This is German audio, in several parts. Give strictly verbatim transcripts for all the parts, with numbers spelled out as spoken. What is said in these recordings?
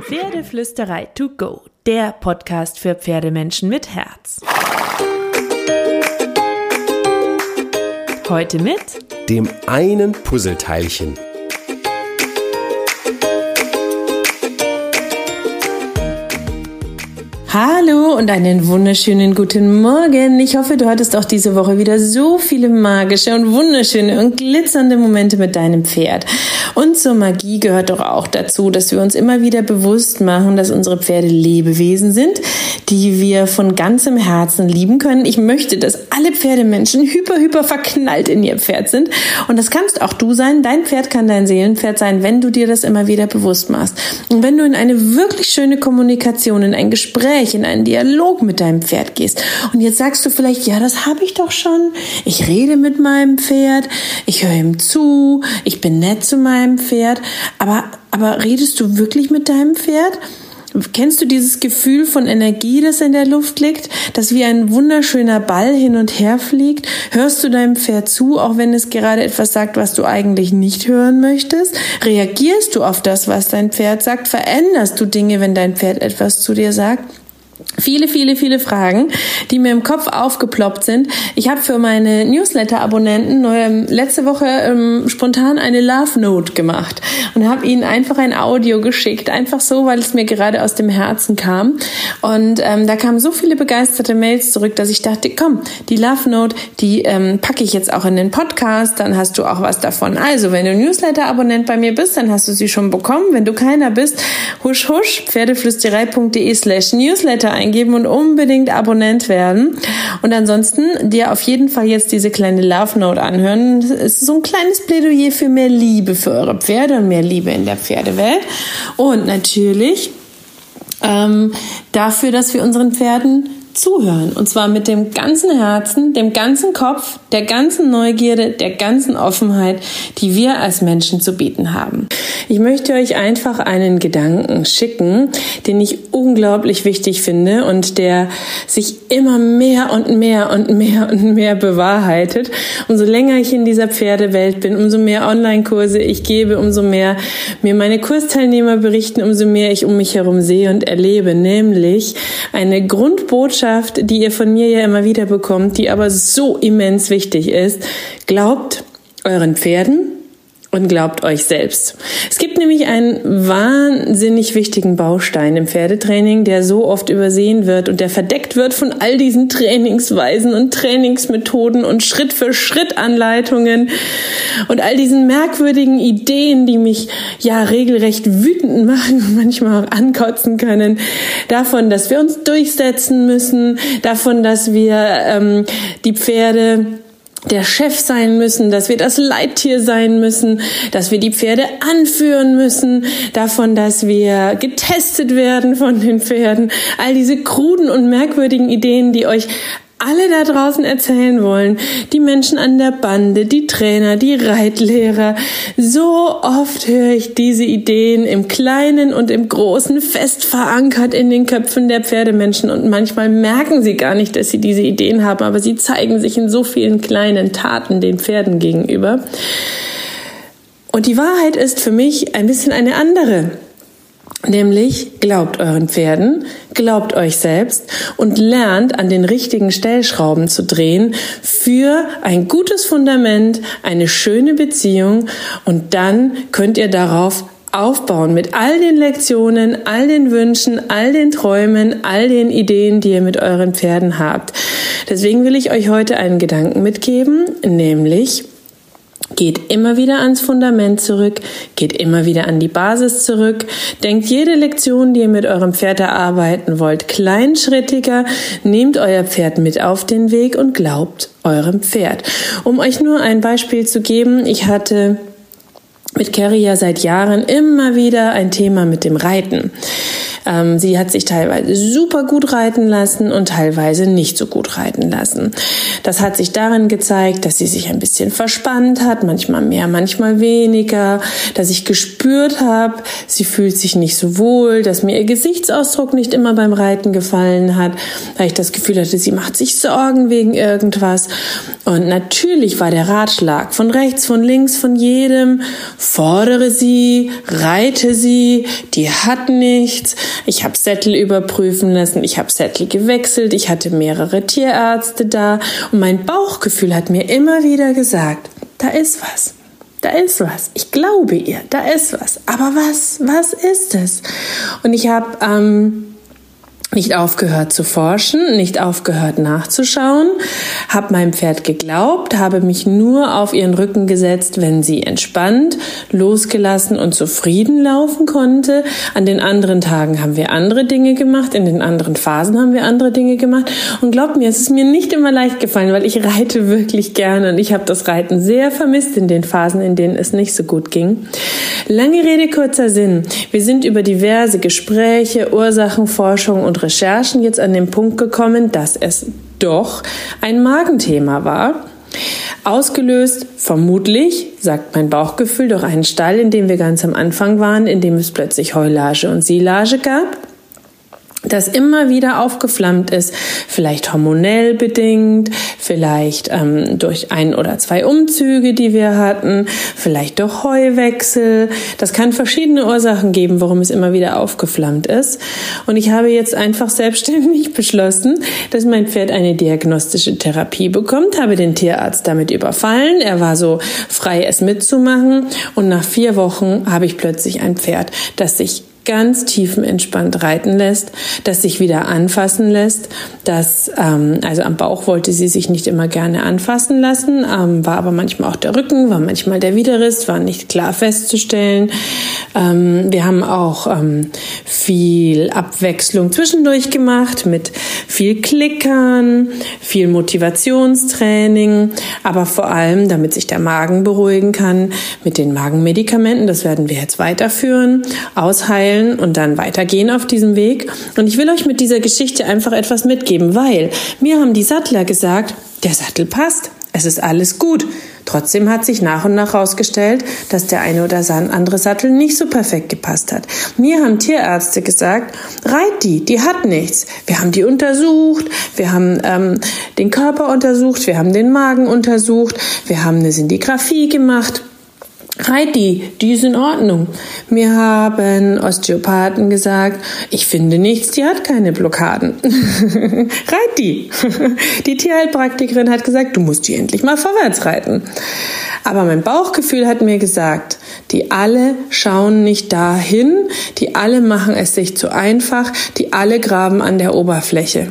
Pferdeflüsterei to go, der Podcast für Pferdemenschen mit Herz. Heute mit dem einen Puzzleteilchen. Hallo und einen wunderschönen guten Morgen. Ich hoffe, du hattest auch diese Woche wieder so viele magische und wunderschöne und glitzernde Momente mit deinem Pferd. Und zur Magie gehört doch auch dazu, dass wir uns immer wieder bewusst machen, dass unsere Pferde Lebewesen sind, die wir von ganzem Herzen lieben können. Ich möchte, dass alle Pferdemenschen hyper, hyper verknallt in ihr Pferd sind. Und das kannst auch du sein. Dein Pferd kann dein Seelenpferd sein, wenn du dir das immer wieder bewusst machst. Und wenn du in eine wirklich schöne Kommunikation, in ein Gespräch, in einen Dialog mit deinem Pferd gehst. Und jetzt sagst du vielleicht, ja, das habe ich doch schon. Ich rede mit meinem Pferd, ich höre ihm zu, ich bin nett zu meinem Pferd. Aber, aber redest du wirklich mit deinem Pferd? Kennst du dieses Gefühl von Energie, das in der Luft liegt, das wie ein wunderschöner Ball hin und her fliegt? Hörst du deinem Pferd zu, auch wenn es gerade etwas sagt, was du eigentlich nicht hören möchtest? Reagierst du auf das, was dein Pferd sagt? Veränderst du Dinge, wenn dein Pferd etwas zu dir sagt? Viele, viele, viele Fragen, die mir im Kopf aufgeploppt sind. Ich habe für meine Newsletter-Abonnenten ähm, letzte Woche ähm, spontan eine Love Note gemacht und habe ihnen einfach ein Audio geschickt, einfach so, weil es mir gerade aus dem Herzen kam. Und ähm, da kamen so viele begeisterte Mails zurück, dass ich dachte, komm, die Love Note, die ähm, packe ich jetzt auch in den Podcast, dann hast du auch was davon. Also, wenn du Newsletter-Abonnent bei mir bist, dann hast du sie schon bekommen. Wenn du keiner bist, husch, husch, pferdeflüsterei.de slash Newsletter eingeben und unbedingt Abonnent werden. Und ansonsten dir auf jeden Fall jetzt diese kleine Love Note anhören. Es ist so ein kleines Plädoyer für mehr Liebe für eure Pferde und mehr Liebe in der Pferdewelt. Und natürlich ähm, dafür, dass wir unseren Pferden zuhören. Und zwar mit dem ganzen Herzen, dem ganzen Kopf, der ganzen Neugierde, der ganzen Offenheit, die wir als Menschen zu bieten haben. Ich möchte euch einfach einen Gedanken schicken, den ich unglaublich wichtig finde und der sich immer mehr und mehr und mehr und mehr bewahrheitet. Umso länger ich in dieser Pferdewelt bin, umso mehr Online-Kurse ich gebe, umso mehr mir meine Kursteilnehmer berichten, umso mehr ich um mich herum sehe und erlebe, nämlich eine Grundbotschaft, die ihr von mir ja immer wieder bekommt, die aber so immens wichtig ist. Glaubt euren Pferden und glaubt euch selbst. Es gibt nämlich einen wahnsinnig wichtigen Baustein im Pferdetraining, der so oft übersehen wird und der verdeckt wird von all diesen Trainingsweisen und Trainingsmethoden und Schritt-für-Schritt-Anleitungen und all diesen merkwürdigen Ideen, die mich ja regelrecht wütend machen und manchmal auch ankotzen können. Davon, dass wir uns durchsetzen müssen, davon, dass wir ähm, die Pferde der Chef sein müssen, dass wir das Leittier sein müssen, dass wir die Pferde anführen müssen, davon, dass wir getestet werden von den Pferden. All diese kruden und merkwürdigen Ideen, die euch alle da draußen erzählen wollen, die Menschen an der Bande, die Trainer, die Reitlehrer. So oft höre ich diese Ideen im Kleinen und im Großen fest verankert in den Köpfen der Pferdemenschen und manchmal merken sie gar nicht, dass sie diese Ideen haben, aber sie zeigen sich in so vielen kleinen Taten den Pferden gegenüber. Und die Wahrheit ist für mich ein bisschen eine andere. Nämlich glaubt euren Pferden, glaubt euch selbst und lernt an den richtigen Stellschrauben zu drehen für ein gutes Fundament, eine schöne Beziehung und dann könnt ihr darauf aufbauen mit all den Lektionen, all den Wünschen, all den Träumen, all den Ideen, die ihr mit euren Pferden habt. Deswegen will ich euch heute einen Gedanken mitgeben, nämlich geht immer wieder ans Fundament zurück, geht immer wieder an die Basis zurück, denkt jede Lektion, die ihr mit eurem Pferd erarbeiten wollt, kleinschrittiger, nehmt euer Pferd mit auf den Weg und glaubt eurem Pferd. Um euch nur ein Beispiel zu geben, ich hatte mit Carrie ja seit Jahren immer wieder ein Thema mit dem Reiten. Ähm, sie hat sich teilweise super gut reiten lassen und teilweise nicht so gut reiten lassen. Das hat sich darin gezeigt, dass sie sich ein bisschen verspannt hat, manchmal mehr, manchmal weniger, dass ich gespürt habe, sie fühlt sich nicht so wohl, dass mir ihr Gesichtsausdruck nicht immer beim Reiten gefallen hat, weil ich das Gefühl hatte, sie macht sich Sorgen wegen irgendwas. Und natürlich war der Ratschlag von rechts, von links, von jedem: Fordere sie, reite sie, die hat nichts. Ich habe Sättel überprüfen lassen, ich habe Sättel gewechselt, ich hatte mehrere Tierärzte da und mein Bauchgefühl hat mir immer wieder gesagt, da ist was. Da ist was. Ich glaube ihr, da ist was. Aber was? Was ist es? Und ich habe ähm, nicht aufgehört zu forschen, nicht aufgehört nachzuschauen, habe meinem Pferd geglaubt, habe mich nur auf ihren Rücken gesetzt, wenn sie entspannt, losgelassen und zufrieden laufen konnte. An den anderen Tagen haben wir andere Dinge gemacht, in den anderen Phasen haben wir andere Dinge gemacht. Und glaubt mir, es ist mir nicht immer leicht gefallen, weil ich reite wirklich gerne und ich habe das Reiten sehr vermisst in den Phasen, in denen es nicht so gut ging. Lange Rede, kurzer Sinn. Wir sind über diverse Gespräche, Ursachenforschung und Recherchen jetzt an den Punkt gekommen, dass es doch ein Magenthema war. Ausgelöst vermutlich, sagt mein Bauchgefühl, durch einen Stall, in dem wir ganz am Anfang waren, in dem es plötzlich Heulage und Silage gab, das immer wieder aufgeflammt ist, vielleicht hormonell bedingt, vielleicht ähm, durch ein oder zwei Umzüge, die wir hatten, vielleicht durch Heuwechsel. Das kann verschiedene Ursachen geben, warum es immer wieder aufgeflammt ist. Und ich habe jetzt einfach selbstständig beschlossen, dass mein Pferd eine diagnostische Therapie bekommt, habe den Tierarzt damit überfallen. Er war so frei, es mitzumachen. Und nach vier Wochen habe ich plötzlich ein Pferd, das sich ganz tiefenentspannt reiten lässt, das sich wieder anfassen lässt, das, ähm, also am Bauch wollte sie sich nicht immer gerne anfassen lassen, ähm, war aber manchmal auch der Rücken, war manchmal der Widerriss, war nicht klar festzustellen. Ähm, wir haben auch ähm, viel Abwechslung zwischendurch gemacht mit viel Klickern, viel Motivationstraining, aber vor allem, damit sich der Magen beruhigen kann, mit den Magenmedikamenten, das werden wir jetzt weiterführen, ausheilen und dann weitergehen auf diesem Weg. Und ich will euch mit dieser Geschichte einfach etwas mitgeben, weil mir haben die Sattler gesagt, der Sattel passt, es ist alles gut. Trotzdem hat sich nach und nach herausgestellt, dass der eine oder andere Sattel nicht so perfekt gepasst hat. Mir haben Tierärzte gesagt, reit die, die hat nichts. Wir haben die untersucht, wir haben ähm, den Körper untersucht, wir haben den Magen untersucht, wir haben eine Sintigraphie gemacht. Reit die, die ist in Ordnung. Mir haben Osteopathen gesagt, ich finde nichts, die hat keine Blockaden. Reit die. Die Tierheilpraktikerin hat gesagt, du musst die endlich mal vorwärts reiten. Aber mein Bauchgefühl hat mir gesagt, die alle schauen nicht dahin, die alle machen es sich zu einfach, die alle graben an der Oberfläche.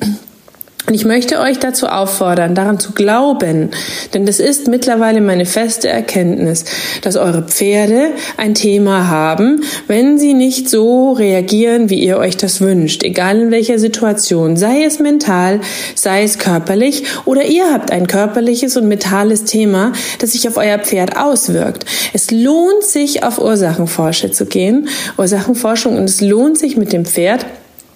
Und ich möchte euch dazu auffordern, daran zu glauben, denn das ist mittlerweile meine feste Erkenntnis, dass eure Pferde ein Thema haben, wenn sie nicht so reagieren, wie ihr euch das wünscht, egal in welcher Situation, sei es mental, sei es körperlich oder ihr habt ein körperliches und mentales Thema, das sich auf euer Pferd auswirkt. Es lohnt sich, auf Ursachenforschung zu gehen, Ursachenforschung, und es lohnt sich mit dem Pferd,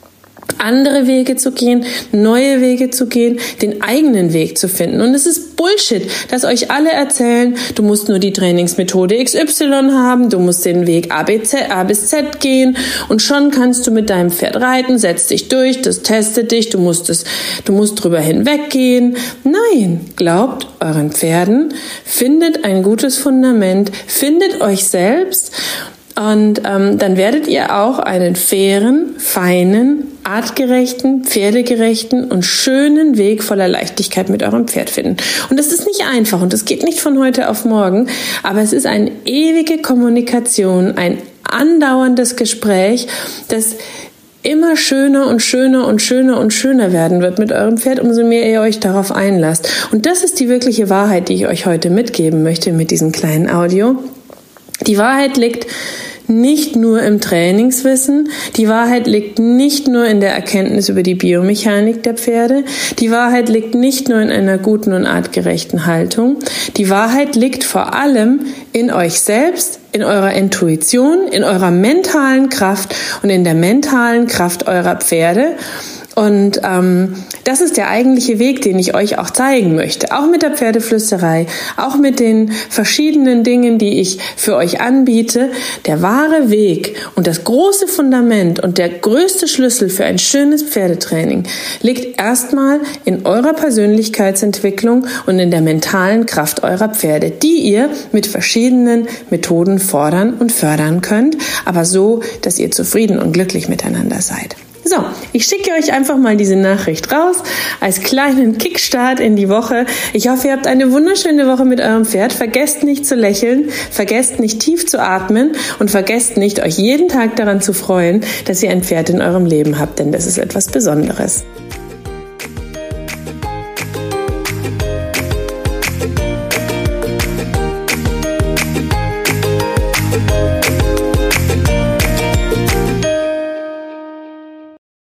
andere Wege zu gehen, neue Wege zu gehen, den eigenen Weg zu finden. Und es ist Bullshit, dass euch alle erzählen, du musst nur die Trainingsmethode X Y haben, du musst den Weg A, B, Z, A bis Z gehen und schon kannst du mit deinem Pferd reiten, setz dich durch, das testet dich, du musst es, du musst drüber hinweggehen. Nein, glaubt euren Pferden, findet ein gutes Fundament, findet euch selbst. Und ähm, dann werdet ihr auch einen fairen, feinen, artgerechten, pferdegerechten und schönen Weg voller Leichtigkeit mit eurem Pferd finden. Und das ist nicht einfach und das geht nicht von heute auf morgen, aber es ist eine ewige Kommunikation, ein andauerndes Gespräch, das immer schöner und schöner und schöner und schöner werden wird mit eurem Pferd, umso mehr ihr euch darauf einlasst. Und das ist die wirkliche Wahrheit, die ich euch heute mitgeben möchte mit diesem kleinen Audio. Die Wahrheit liegt nicht nur im Trainingswissen, die Wahrheit liegt nicht nur in der Erkenntnis über die Biomechanik der Pferde, die Wahrheit liegt nicht nur in einer guten und artgerechten Haltung, die Wahrheit liegt vor allem in euch selbst, in eurer Intuition, in eurer mentalen Kraft und in der mentalen Kraft eurer Pferde. Und ähm, das ist der eigentliche Weg, den ich euch auch zeigen möchte. Auch mit der Pferdeflüsterei, auch mit den verschiedenen Dingen, die ich für euch anbiete. Der wahre Weg und das große Fundament und der größte Schlüssel für ein schönes Pferdetraining liegt erstmal in eurer Persönlichkeitsentwicklung und in der mentalen Kraft eurer Pferde, die ihr mit verschiedenen Methoden fordern und fördern könnt, aber so, dass ihr zufrieden und glücklich miteinander seid. So, ich schicke euch einfach mal diese Nachricht raus als kleinen Kickstart in die Woche. Ich hoffe, ihr habt eine wunderschöne Woche mit eurem Pferd. Vergesst nicht zu lächeln, vergesst nicht tief zu atmen und vergesst nicht, euch jeden Tag daran zu freuen, dass ihr ein Pferd in eurem Leben habt, denn das ist etwas Besonderes.